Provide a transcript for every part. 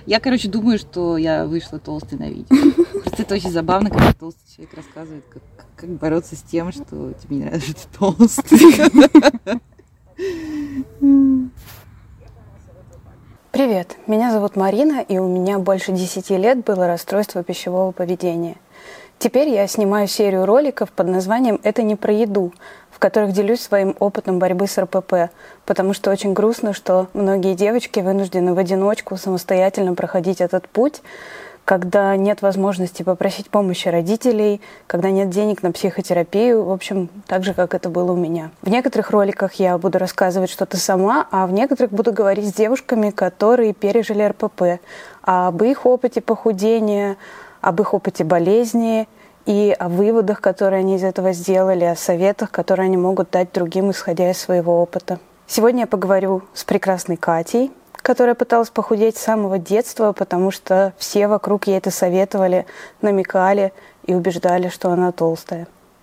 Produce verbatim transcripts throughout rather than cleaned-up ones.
Я, короче, думаю, что я вышла толстой на видео. Просто это очень забавно, когда толстый человек рассказывает, как, как бороться с тем, что тебе не нравится, что ты толстый. Привет, меня зовут Марина, и у меня больше десяти лет было расстройство пищевого поведения. Теперь я снимаю серию роликов под названием «Это не про еду», в которых делюсь своим опытом борьбы с эр пэ пэ, потому что очень грустно, что многие девочки вынуждены в одиночку самостоятельно проходить этот путь, когда нет возможности попросить помощи родителей, когда нет денег на психотерапию, в общем, так же, как это было у меня. В некоторых роликах я буду рассказывать что-то сама, а в некоторых буду говорить с девушками, которые пережили эр пэ пэ, об их опыте похудения, об их опыте болезни и о выводах, которые они из этого сделали, о советах, которые они могут дать другим, исходя из своего опыта. Сегодня я поговорю с прекрасной Катей, которая пыталась похудеть с самого детства, потому что все вокруг ей это советовали, намекали и убеждали, что она толстая.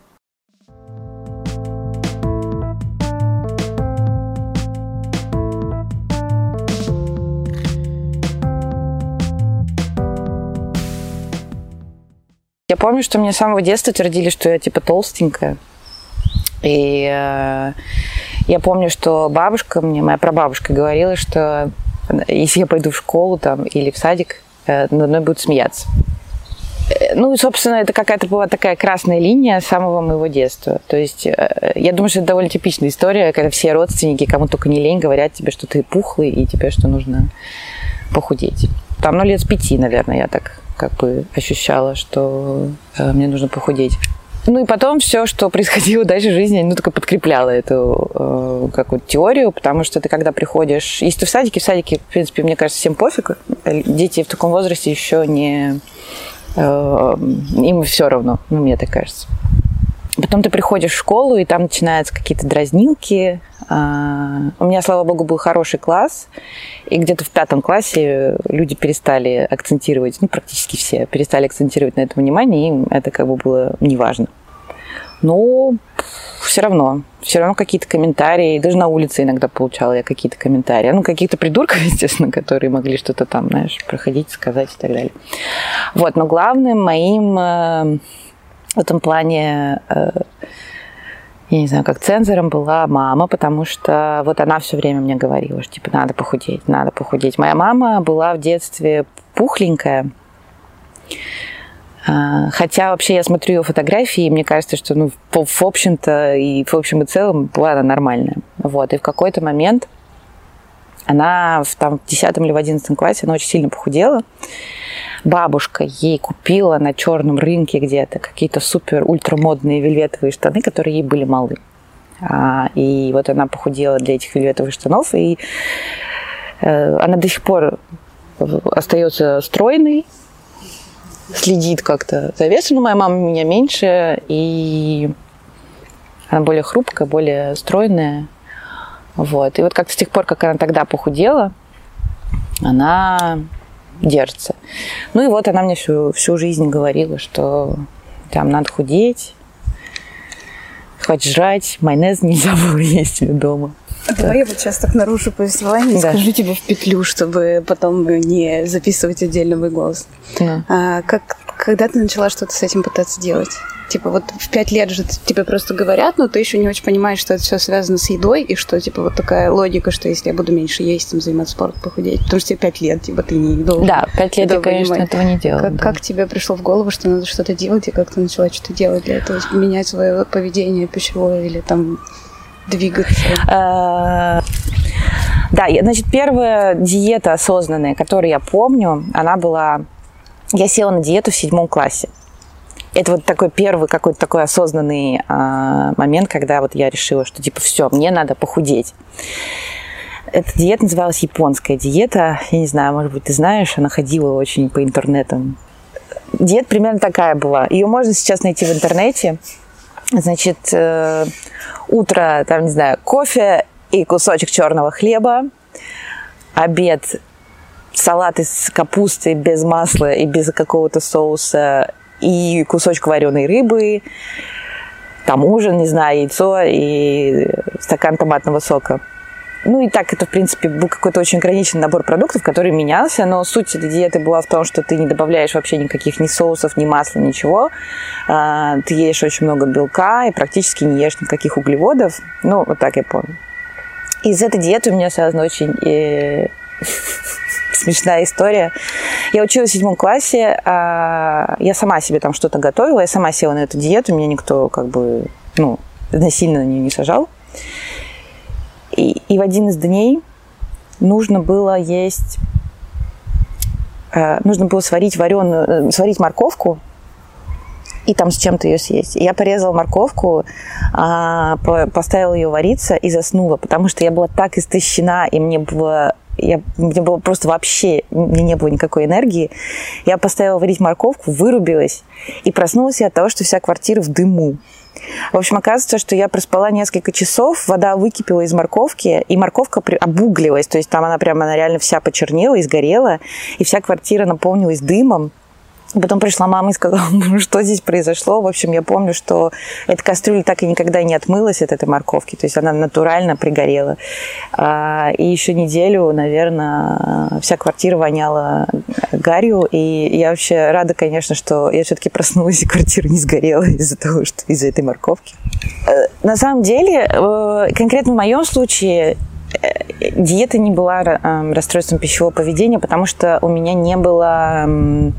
Я помню, что мне с самого детства твердили, что я типа толстенькая. И э, я помню, что бабушка мне, моя прабабушка, говорила, что если я пойду в школу там, или в садик, э, надо мной будут смеяться. Ну, и, собственно, это какая-то была такая красная линия с самого моего детства. То есть э, я думаю, что это довольно типичная история, когда все родственники, кому только не лень, говорят тебе, что ты пухлый, и тебе, что нужно похудеть. Там, ну, лет с пяти, наверное, я так как бы ощущала, что э, мне нужно похудеть. Ну и потом все, что происходило дальше в жизни, ну, только подкрепляло эту э, какую-то теорию, потому что ты, когда приходишь... Если ты в садике, в садике, в принципе, мне кажется, всем пофиг. Дети в таком возрасте еще не... Э, им все равно, ну, мне так кажется. Потом ты приходишь в школу, и там начинаются какие-то дразнилки. Uh, у меня, слава богу, был хороший класс, и где-то в пятом классе люди перестали акцентировать, ну, практически все, перестали акцентировать на этом внимание, и им это как бы было неважно. Но все равно, все равно какие-то комментарии, даже на улице иногда получала я какие-то комментарии, ну, каких-то придурков, естественно, которые могли что-то там, знаешь, проходить, сказать и так далее. Вот, но главным моим uh, в этом плане... Uh, я не знаю, как цензором была мама, потому что вот она все время мне говорила, что типа надо похудеть, надо похудеть. Моя мама была в детстве пухленькая, хотя вообще я смотрю ее фотографии, и мне кажется, что ну, в общем-то и в общем и целом была она нормальная. Вот. И в какой-то момент она в, там, в десятом или в одиннадцатом классе она очень сильно похудела. Бабушка ей купила на черном рынке где-то какие-то супер-ультрамодные вельветовые штаны, которые ей были малы. А, и вот она похудела для этих вельветовых штанов, и э, она до сих пор остается стройной, следит как-то за весом. Но моя мама меня меньше, и она более хрупкая, более стройная. Вот. И вот как-то с тех пор, как она тогда похудела, она... держится. Ну и вот она мне всю, всю жизнь говорила, что там надо худеть, хватит жрать, майонез нельзя было есть дома. А давай я вот сейчас так нарушу повествование и да. скажу тебе в петлю, чтобы потом не записывать отдельный голос. Да. А, как, когда ты начала что-то с этим пытаться делать? Типа вот в пять лет же тебе просто говорят, но ты еще не очень понимаешь, что это все связано с едой, и что типа вот такая логика, что если я буду меньше есть, там, заниматься спортом, похудеть, потому что тебе пять лет, типа ты не должен. Да, пять лет я, конечно, понимать. Этого не делала. Как, да. как тебе пришло в голову, что надо что-то делать, и как ты начала что-то делать для этого, менять свое поведение пищевое или там двигаться? Да, значит, первая диета осознанная, которую я помню, она была... Я села на диету в седьмом классе. Это вот такой первый какой-то такой осознанный а, момент, когда вот я решила, что типа все, мне надо похудеть. Эта диета называлась японская диета. Я не знаю, может быть, ты знаешь, она ходила очень по интернетам. Диета примерно такая была. Ее можно сейчас найти в интернете. Значит, э, утро, там, не знаю, кофе и кусочек черного хлеба. Обед, салат из капусты без масла и без какого-то соуса. И кусочек вареной рыбы, там ужин, не знаю, яйцо и стакан томатного сока. ну и так это, в принципе, был какой-то очень ограниченный набор продуктов, который менялся, но суть этой диеты была в том, что ты не добавляешь вообще никаких ни соусов, ни масла, ничего. Ты ешь очень много белка и практически не ешь никаких углеводов. Ну, вот так я помню. Из этой диеты у меня связана очень э, смешная история. Я училась в седьмом классе, а я сама себе там что-то готовила, я сама села на эту диету, меня никто как бы, ну, насильно на нее не сажал. И, и в один из дней нужно было есть, э, нужно было сварить вареную, сварить морковку и там с чем-то ее съесть. И я порезала морковку, э, поставила ее вариться и заснула, потому что я была так истощена, и мне было, я, мне было просто вообще, мне не было никакой энергии. Я поставила варить морковку, вырубилась и проснулась я от того, что вся квартира в дыму. В общем, оказывается, что я проспала несколько часов, вода выкипела из морковки, и морковка обугливалась, то есть там она прямо, она реально вся почернела и сгорела, и вся квартира наполнилась дымом. Потом пришла мама и сказала, что здесь произошло. В общем, я помню, что эта кастрюля так и никогда не отмылась от этой морковки, то есть она натурально пригорела. И еще неделю, наверное, вся квартира воняла гарью, и я вообще рада, конечно, что я все-таки проснулась, и квартира не сгорела из-за того, что из-за этой морковки. На самом деле, конкретно в моем случае, диета не была расстройством пищевого поведения, потому что у меня не было...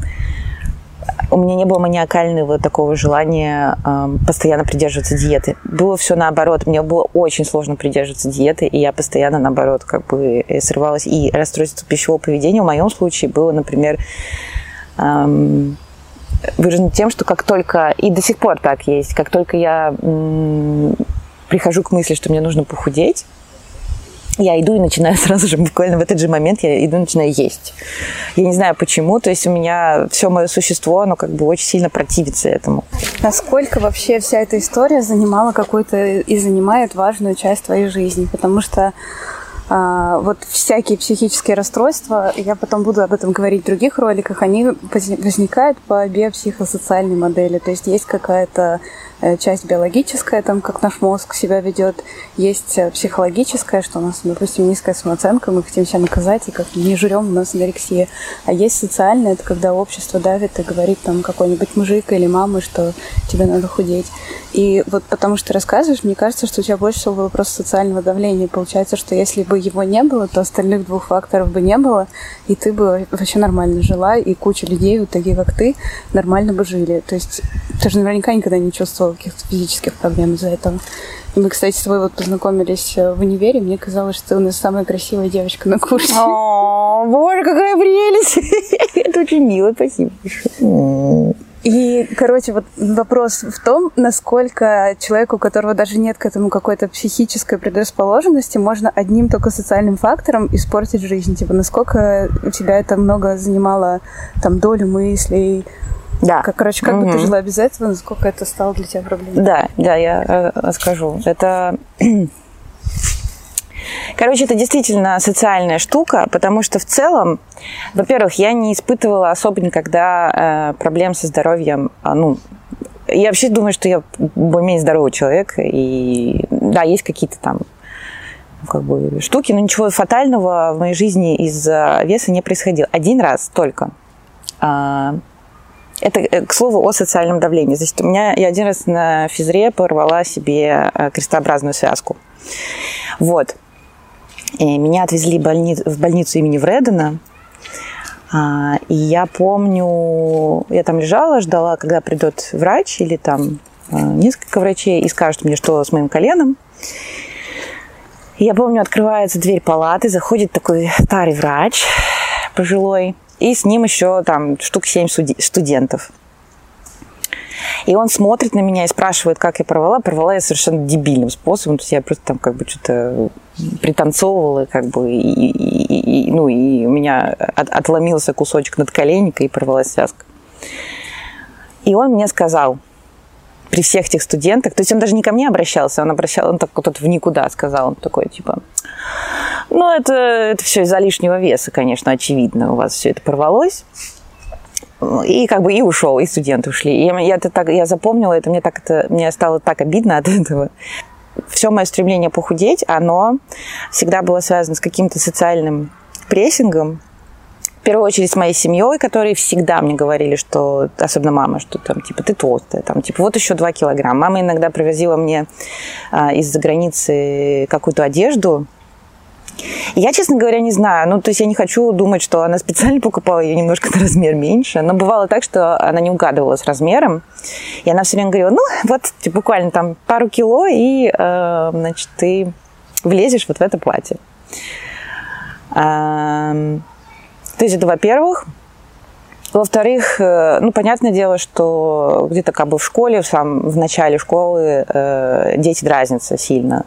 У меня не было маниакального такого желания э, постоянно придерживаться диеты. Было все наоборот. Мне было очень сложно придерживаться диеты, и я постоянно, наоборот, как бы срывалась. И расстройство пищевого поведения в моем случае было, например, эм, выражено тем, что как только, и до сих пор так есть, как только я м, прихожу к мысли, что мне нужно похудеть, я иду и начинаю сразу же, буквально в этот же момент я иду и начинаю есть. Я не знаю почему, то есть у меня все мое существо, оно как бы очень сильно противится этому. Насколько вообще вся эта история занимала какую-то и занимает важную часть твоей жизни? Потому что а, вот всякие психические расстройства, я потом буду об этом говорить в других роликах, они возникают по биопсихосоциальной модели. То есть есть какая-то часть биологическая, там, как наш мозг себя ведет, есть психологическая, что у нас, допустим, низкая самооценка, мы хотим себя наказать, и как не жрем, у нас анорексия. А есть социальная, это когда общество давит и говорит там какой-нибудь мужик или мама, что тебе надо худеть. И вот потому что ты рассказываешь, мне кажется, что у тебя больше всего было просто социального давления. Получается, что если бы его не было, то остальных двух факторов бы не было, и ты бы вообще нормально жила, и куча людей, вот такие как ты, нормально бы жили. То есть ты же наверняка никогда не чувствовала каких-то физических проблем из-за этого. И мы, кстати, с тобой вот познакомились в универе. Мне казалось, что ты у нас самая красивая девочка на курсе. О, боже, какая прелесть! Это очень мило, спасибо. И, короче, вот вопрос в том, насколько человеку, у которого даже нет к этому какой-то психической предрасположенности, можно одним только социальным фактором испортить жизнь. Типа, насколько у тебя это много занимало там долю мыслей. Да. Как, короче, как угу. бы ты жила без этого, насколько это стало для тебя проблемой? Да, да, я расскажу. Это... Короче, это действительно социальная штука, потому что в целом, во-первых, я не испытывала особо никогда э, проблем со здоровьем. Ну, я вообще думаю, что я более-менее здоровый человек, и да, есть какие-то там как бы штуки, но ничего фатального в моей жизни из-за веса не происходило. Один раз только. Это, к слову, о социальном давлении. Значит, у меня, я один раз на физре порвала себе крестообразную связку. Вот. И меня отвезли в больницу, в больницу имени Вредена. И я помню, я там лежала, ждала, когда придет врач или там несколько врачей и скажут мне, что с моим коленом. И я помню, открывается дверь палаты, заходит такой старый врач, пожилой, и с ним еще там штук семь студентов. И он смотрит на меня и спрашивает, как я порвала. Порвала я совершенно дебильным способом. То есть я просто там как бы что-то пританцовывала, как бы, и, и, и, ну, и у меня от, отломился кусочек надколенника и порвалась связка. И он мне сказал, при всех этих студентах, то есть он даже не ко мне обращался, он обращался, он так вот в никуда сказал, он такой, типа, ну, это, это все из-за лишнего веса, конечно, очевидно, у вас все это порвалось. И как бы и ушел, и студенты ушли. И я, я, это так, я запомнила это, мне, так это, мне стало так обидно от этого. все мое стремление похудеть, оно всегда было связано с каким-то социальным прессингом. В первую очередь с моей семьей, которые всегда мне говорили, что, особенно мама, что там, типа, ты толстая, там, типа, вот еще два килограмма. Мама иногда привозила мне а, из-за границы какую-то одежду. И я, честно говоря, не знаю. Ну, то есть я не хочу думать, что она специально покупала ее немножко на размер меньше. Но бывало так, что она не угадывала с размером. И она все время говорила, ну, вот типа, буквально там пару кило, и, э, значит, ты влезешь вот в это платье. А, то есть это, во-первых. Во-вторых, ну, понятное дело, что где-то как бы в школе, в, сам, в начале школы э, дети дразнятся сильно.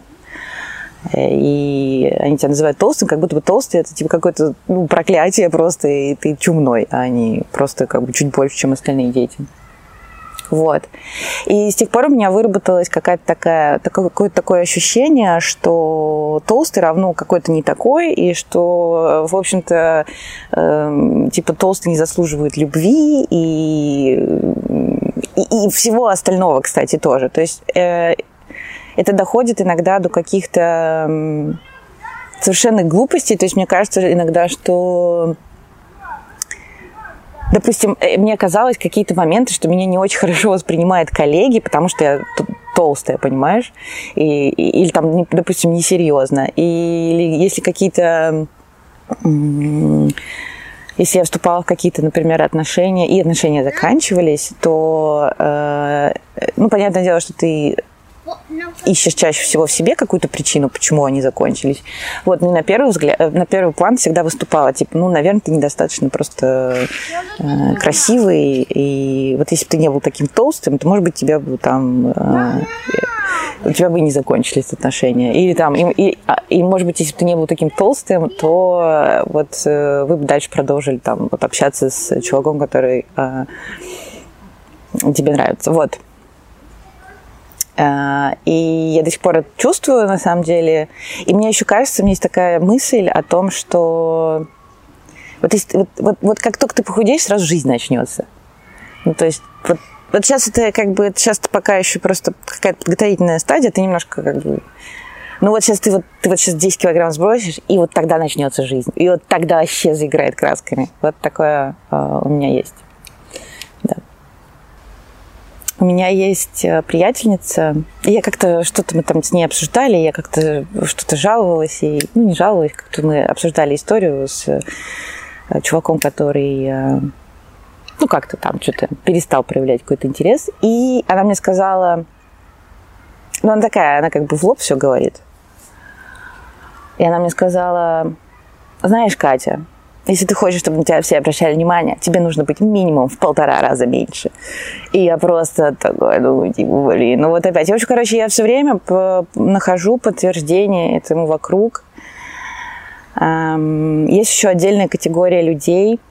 И они тебя называют толстым, как будто бы толстый это типа какое-то ну, проклятие просто, и ты чумной, а не просто как бы чуть больше, чем остальные дети. Вот. И с тех пор у меня выработалось какая-то такая, такое, какое-то такое ощущение, что толстый равно какой-то не такой, и что, в общем-то, э, типа толстый не заслуживает любви и, и, и всего остального, кстати, тоже. То есть э, это доходит иногда до каких-то э, совершенных глупостей. То есть мне кажется иногда, что... Допустим, мне казалось какие-то моменты, что меня не очень хорошо воспринимают коллеги, потому что я толстая, понимаешь? И, и, или там, допустим, несерьезно. Или если какие-то... Если я вступала в какие-то, например, отношения, и отношения заканчивались, то, э, ну, понятное дело, что ты ищешь чаще всего в себе какую-то причину, почему они закончились. Вот, ну, на первый взгляд, на первый план всегда выступала, типа, ну, наверное, ты недостаточно просто э, красивый, и вот если бы ты не был таким толстым, то, может быть, тебя бы там, э, у тебя бы и не закончились отношения. Или там, и, и, и, может быть, если бы ты не был таким толстым, то вот э, вы бы дальше продолжили там вот общаться с чуваком, который э, тебе нравится. Вот. И я до сих пор это чувствую, на самом деле. И мне еще кажется, у меня есть такая мысль о том, что вот, если, вот, вот, вот как только ты похудеешь, сразу жизнь начнется. Ну, то есть вот, вот сейчас это как бы, сейчас это пока еще просто какая-то подготовительная стадия, ты немножко как бы... Ну вот сейчас ты вот, ты вот сейчас десять килограмм сбросишь, и вот тогда начнется жизнь. И вот тогда вообще заиграет красками. Вот такое uh, у меня есть. Да. У меня есть приятельница, и я как-то что-то мы там с ней обсуждали, я как-то что-то жаловалась, и, ну, не жаловалась, как-то мы обсуждали историю с чуваком, который, ну, как-то там что-то перестал проявлять какой-то интерес, и она мне сказала, ну, она такая, она как бы в лоб все говорит, и она мне сказала, знаешь, Катя, если ты хочешь, чтобы на тебя все обращали внимание, тебе нужно быть минимум в полтора раза меньше. И я просто такой, ну, типа, блин, ну вот опять. В общем, короче, я все время по- нахожу подтверждение этому вокруг. Эм, есть еще отдельная категория людей,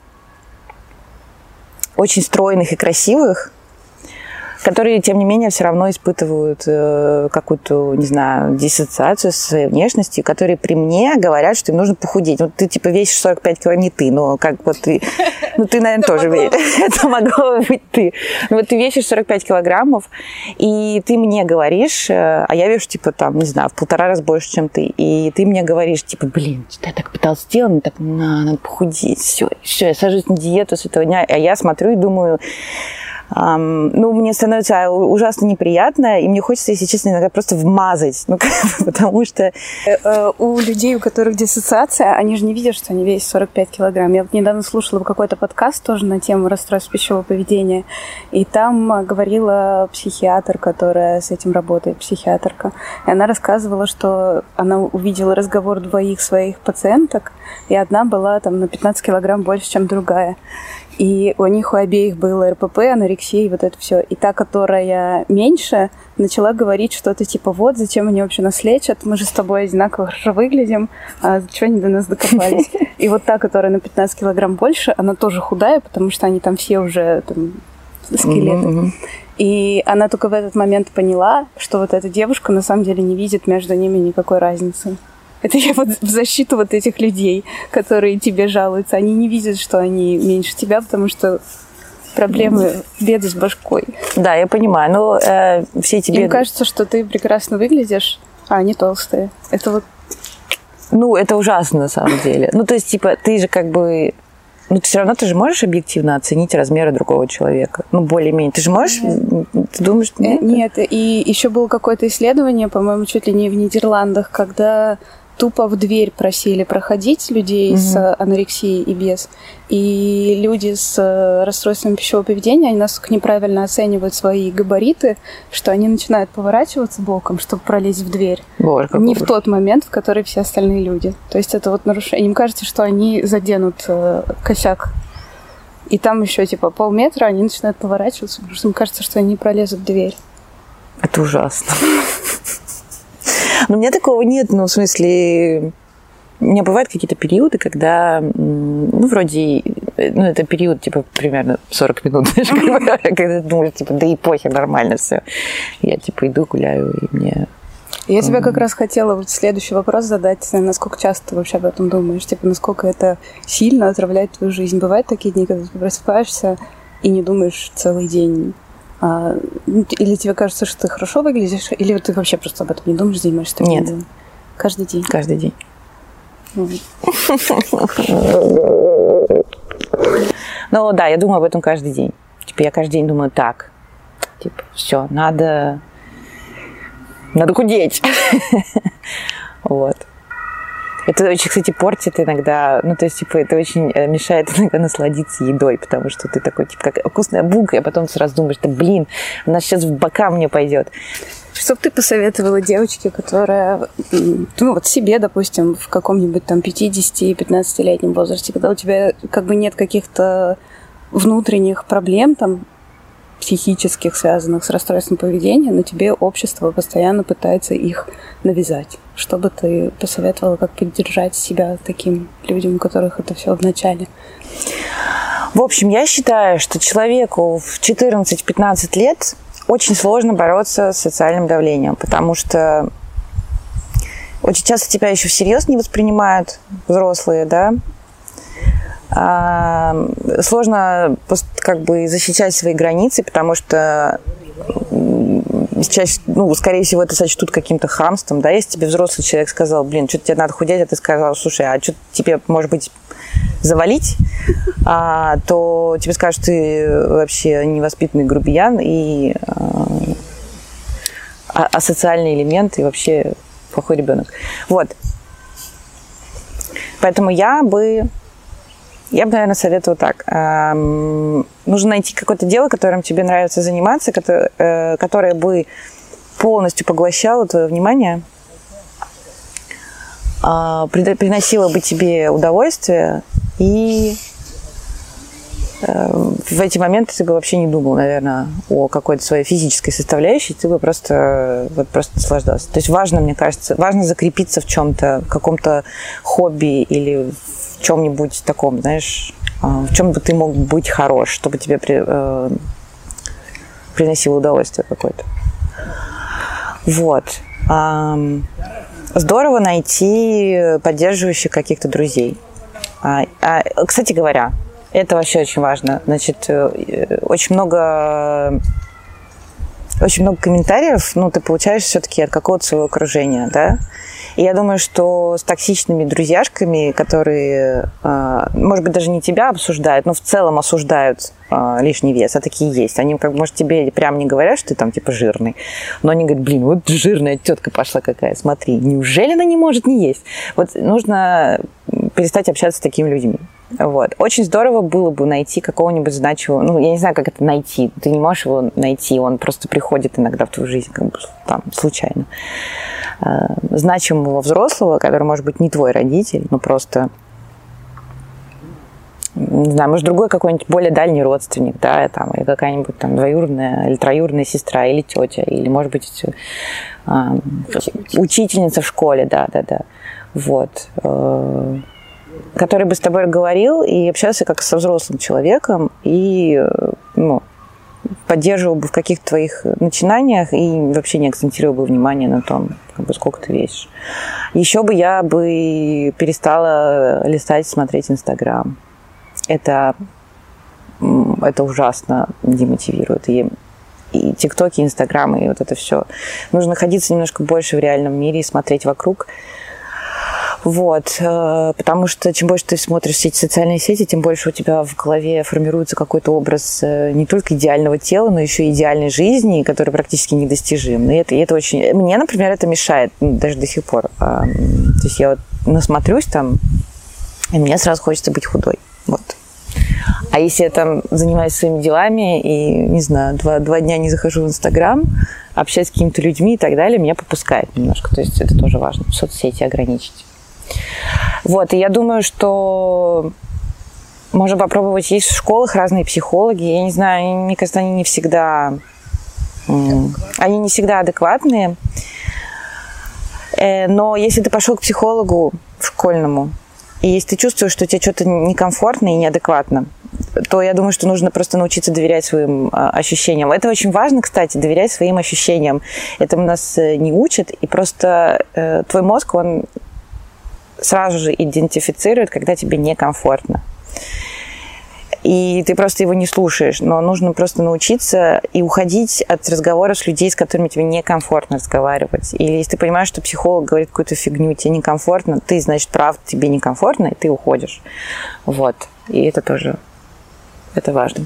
очень стройных и красивых, которые, тем не менее, все равно испытывают э, какую-то, не знаю, диссоциацию со своей внешностью, которые при мне говорят, что им нужно похудеть. Вот ты, типа, весишь сорок пять килограмм, не ты, но как вот ты... Ну, ты, наверное, тоже весишь. Это могло быть ты. Ну, вот ты весишь сорок пять килограммов, и ты мне говоришь, а я вешу, типа, там, не знаю, в полтора раза больше, чем ты. И ты мне говоришь, типа, блин, что я так пыталась сделать, мне так, на, надо похудеть, все, все, я сажусь на диету с этого дня. А я смотрю и думаю... Um, ну, мне становится ужасно неприятно, и мне хочется, если честно, иногда просто вмазать, ну, потому что... У людей, у которых диссоциация, они же не видят, что они весят сорок пять килограмм. Я вот недавно слушала какой-то подкаст тоже на тему расстройств пищевого поведения, и там говорила психиатр, которая с этим работает, психиатрка, и она рассказывала, что она увидела разговор двоих своих пациенток, и одна была там на пятнадцать килограмм больше, чем другая. И у них у обеих было эр пэ пэ, анорексия и вот это все. И та, которая меньше, начала говорить что-то типа, вот, зачем они вообще нас лечат, мы же с тобой одинаково хорошо выглядим, а зачем они до нас докопались? И вот та, которая на пятнадцать килограмм больше, она тоже худая, потому что они там все уже там, скелеты. И она только в этот момент поняла, что вот эта девушка на самом деле не видит между ними никакой разницы. Это я вот в защиту вот этих людей, которые тебе жалуются. Они не видят, что они меньше тебя, потому что проблемы, беды с башкой. Да, я понимаю. Но э, все эти беды... Им кажется, что ты прекрасно выглядишь, а они толстые. Это вот... Ну, это ужасно, на самом деле. Ну, то есть, типа, ты же как бы... Ну, ты все равно, ты же можешь объективно оценить размеры другого человека. Ну, более-менее. Ты же можешь... Нет. Ты думаешь, нет? Нет, и еще было какое-то исследование, по-моему, чуть ли не в Нидерландах, когда тупо в дверь просили проходить людей mm-hmm. с анорексией и без. И люди с расстройством пищевого поведения, они настолько неправильно оценивают свои габариты, что они начинают поворачиваться боком, чтобы пролезть в дверь. Боже, не в тот момент, в который все остальные люди. То есть это вот нарушение. Им кажется, что они заденут э, косяк. И там еще типа полметра они начинают поворачиваться, потому что им кажется, что они пролезут в дверь. Это ужасно. Но у меня такого нет, ну, в смысле, у меня бывают какие-то периоды, когда, ну, вроде, ну, это период, типа, примерно сорок минут, знаешь, когда ты думаешь, типа, да и похер, нормально все. Я, типа, иду, гуляю, и мне... Я тебе как раз хотела вот следующий вопрос задать, насколько часто ты вообще об этом думаешь, типа, насколько это сильно отравляет твою жизнь. Бывают такие дни, когда ты просыпаешься и не думаешь целый день? А, или тебе кажется, что ты хорошо выглядишь, или ты вообще просто об этом не думаешь, занимаешься таким Нет. делом? Каждый день? Каждый день. Ну да, я думаю об этом каждый день. Типа я каждый день думаю так. Типа, все, надо... Надо худеть. Вот. Это очень, кстати, портит иногда, ну, то есть, типа, это очень мешает иногда насладиться едой, потому что ты такой, типа, как вкусная булка, а потом сразу думаешь, да, блин, она сейчас в бока мне пойдет. Что бы ты посоветовала девочке, которая, ну, вот себе, допустим, в каком-нибудь там пятидесяти-пятнадцатилетнем возрасте, когда у тебя как бы нет каких-то внутренних проблем, там, психических, связанных с расстройством поведения, но тебе общество постоянно пытается их навязать. Что бы ты посоветовала, как поддержать себя таким людям, у которых это все в начале? В общем, я считаю, что человеку в четырнадцать-пятнадцать лет очень сложно бороться с социальным давлением, потому что очень часто тебя еще всерьез не воспринимают взрослые, да, сложно как бы защищать свои границы, потому что чаще, ну, скорее всего, это сочтут каким-то хамством, да, если тебе взрослый человек сказал, блин, что-то тебе надо худеть, а ты сказал, слушай, а что тебе, может быть, завалить, а, то тебе скажут, ты вообще невоспитанный грубиян и а, асоциальный элемент и вообще плохой ребенок. Вот. Поэтому я бы Я бы, наверное, советовала так. Эм, нужно найти какое-то дело, которым тебе нравится заниматься, которое, э, которое бы полностью поглощало твое внимание, э, приносило бы тебе удовольствие, и э, в эти моменты ты бы вообще не думал, наверное, о какой-то своей физической составляющей, ты бы просто, вот, просто наслаждался. То есть важно, мне кажется, важно закрепиться в чем-то, в каком-то хобби или в чем-нибудь таком, знаешь, в чем бы ты мог быть хорош, чтобы тебе при, э, приносило удовольствие какое-то. Вот. Эм, здорово найти поддерживающих каких-то друзей. А, а, кстати говоря, это вообще очень важно. Значит, очень много, очень много комментариев, ну, ты получаешь все-таки от какого-то своего окружения, да. И я думаю, что с токсичными друзьяшками, которые, может быть, даже не тебя обсуждают, но в целом осуждают лишний вес, а такие есть. Они, как может, тебе прям не говорят, что ты там типа жирный, но они говорят, блин, вот жирная тетка пошла какая, смотри, неужели она не может не есть? Вот нужно перестать общаться с такими людьми. Вот. Очень здорово было бы найти какого-нибудь значимого, ну, я не знаю, как это найти, ты не можешь его найти, он просто приходит иногда в твою жизнь, как бы там, случайно. Значимого взрослого, который, может быть, не твой родитель, но просто, не знаю, может, другой какой-нибудь более дальний родственник, да, там, или какая-нибудь там двоюродная или троюродная сестра, или тетя, или, может быть, э, учительница в школе, да, да, да, вот, э, который бы с тобой говорил и общался как со взрослым человеком и, ну, поддерживал бы в каких-то твоих начинаниях и вообще не акцентировал бы внимание на том, как бы, сколько ты весишь. Еще бы я бы перестала листать, смотреть Инстаграм. Это, это ужасно демотивирует. И и ТикТоки, и Инстаграмы, и вот это все. Нужно находиться немножко больше в реальном мире и смотреть вокруг. Вот, потому что чем больше ты смотришь все эти социальные сети, тем больше у тебя в голове формируется какой-то образ не только идеального тела, но еще и идеальной жизни, который практически недостижим. И это, и это очень... Мне, например, это мешает, даже до сих пор. То есть я вот насмотрюсь там, и мне сразу хочется быть худой. Вот. А если я там занимаюсь своими делами и, не знаю, два, два дня не захожу в Инстаграм, общаюсь с какими-то людьми и так далее, меня попускает немножко. То есть это тоже важно, соцсети ограничить. Вот, и я думаю, что можно попробовать. Есть в школах разные психологи. Я не знаю, мне кажется, они не всегда... Они не всегда адекватные. Но если ты пошел к психологу школьному, и если ты чувствуешь, что тебе что-то некомфортно и неадекватно, то я думаю, что нужно просто научиться доверять своим а, ощущениям. Это очень важно, кстати, доверять своим ощущениям. Этому нас не учат, и просто э, твой мозг, он сразу же идентифицирует, когда тебе некомфортно. И ты просто его не слушаешь. Но нужно просто научиться и уходить от разговора с людьми, с которыми тебе некомфортно разговаривать. Или если ты понимаешь, что психолог говорит какую-то фигню, тебе некомфортно, ты, значит, прав, тебе некомфортно, и ты уходишь. Вот. И это тоже, это важно.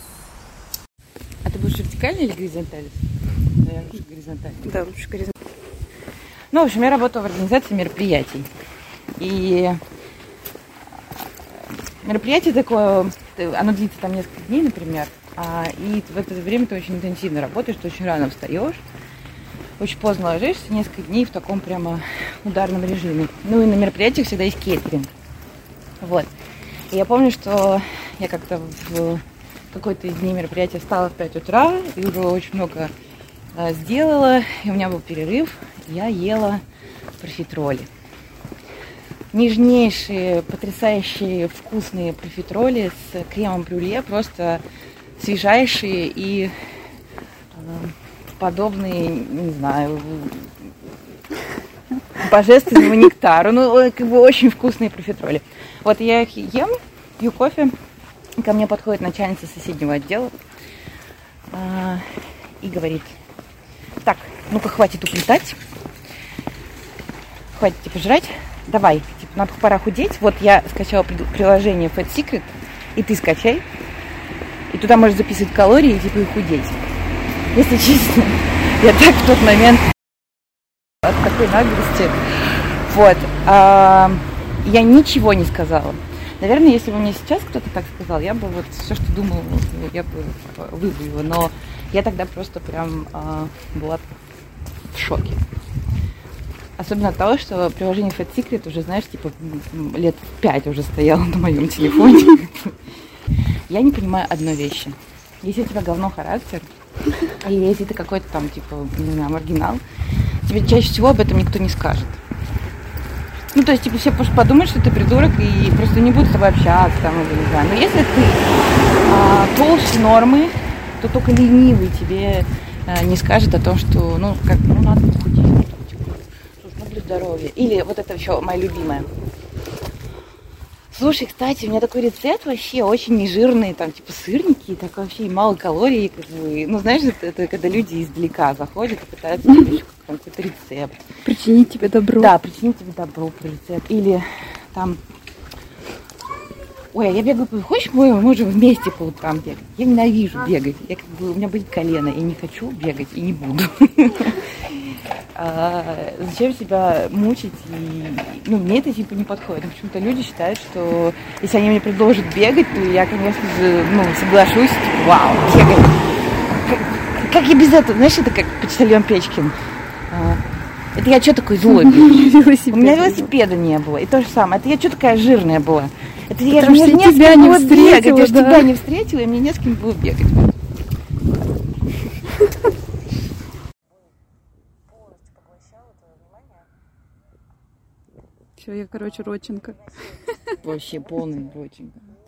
А ты будешь вертикальный или горизонтальный? Наверное, лучше горизонтальный. Да, лучше горизонтальный. Ну, в общем, я работаю в организации мероприятий. И мероприятие такое, оно длится там несколько дней, например, и в это время ты очень интенсивно работаешь, ты очень рано встаешь, очень поздно ложишься, несколько дней в таком прямо ударном режиме. Ну и на мероприятиях всегда есть кейтеринг. Вот. И я помню, что я как-то в какой-то из дней мероприятия встала в пять утра и уже очень много сделала, и у меня был перерыв, я ела профитроли. Нежнейшие, потрясающие, вкусные профитроли с кремом брюле, просто свежайшие и э, подобные, не знаю, божественному нектару. Ну, как бы очень вкусные профитроли. Вот я их ем, пью кофе, ко мне подходит начальница соседнего отдела э, и говорит: так, ну-ка, хватит уплетать, хватит типа жрать, давай, типа, надо пора худеть. Вот я скачала приложение Fat Secret, и ты скачай. И туда можешь записывать калории, типа, и худеть. Если честно, я так в тот момент от такой наглости. Вот. А, я ничего не сказала. Наверное, если бы мне сейчас кто-то так сказал, я бы вот все, что думала, я бы выбрала. Но я тогда просто прям а, была в шоке. Особенно от того, что приложение Fat Secret уже, знаешь, типа лет пять уже стояло на моем телефоне. Я не понимаю одной вещи. Если у тебя говно характер, или если ты какой-то там, типа, не знаю, маргинал, тебе чаще всего об этом никто не скажет. Ну, то есть, типа, все подумают, что ты придурок, и просто не будут с тобой общаться, там, или не знаю. Но если ты а, толще нормы, то только ленивый тебе а, не скажет о том, что, ну, как, ну, надо похудеть. Здоровье. Или вот это еще моя любимая. Слушай, кстати, у меня такой рецепт вообще очень нежирный, там типа сырники, так вообще и мало калорий, как бы. Ну, знаешь, это, это когда люди издалека заходят и пытаются mm-hmm. какой-то рецепт. Причинить тебе добро. Да, причинить тебе добро про рецепт. Или там: ой, а я бегаю, хочешь, мы можем вместе по утрам бегать? Я ненавижу бегать. Я как бы, у меня болит колено, я не хочу бегать и не буду. А, зачем себя мучить? И, ну, мне это типа не подходит. Но почему-то люди считают, что если они мне предложат бегать, то я, конечно же, ну, соглашусь. Типа, вау, бегать. Как, как я без этого? Знаешь, это как почтальон Печкин. А, это я что такой злой? У меня велосипеда не было. И то же самое. Это я что такая жирная была? Это я мне не с кем было бегать. Я же тебя не встретила, и мне не с кем было бегать. Все, я, короче, Родченко. Вообще полный Родченко.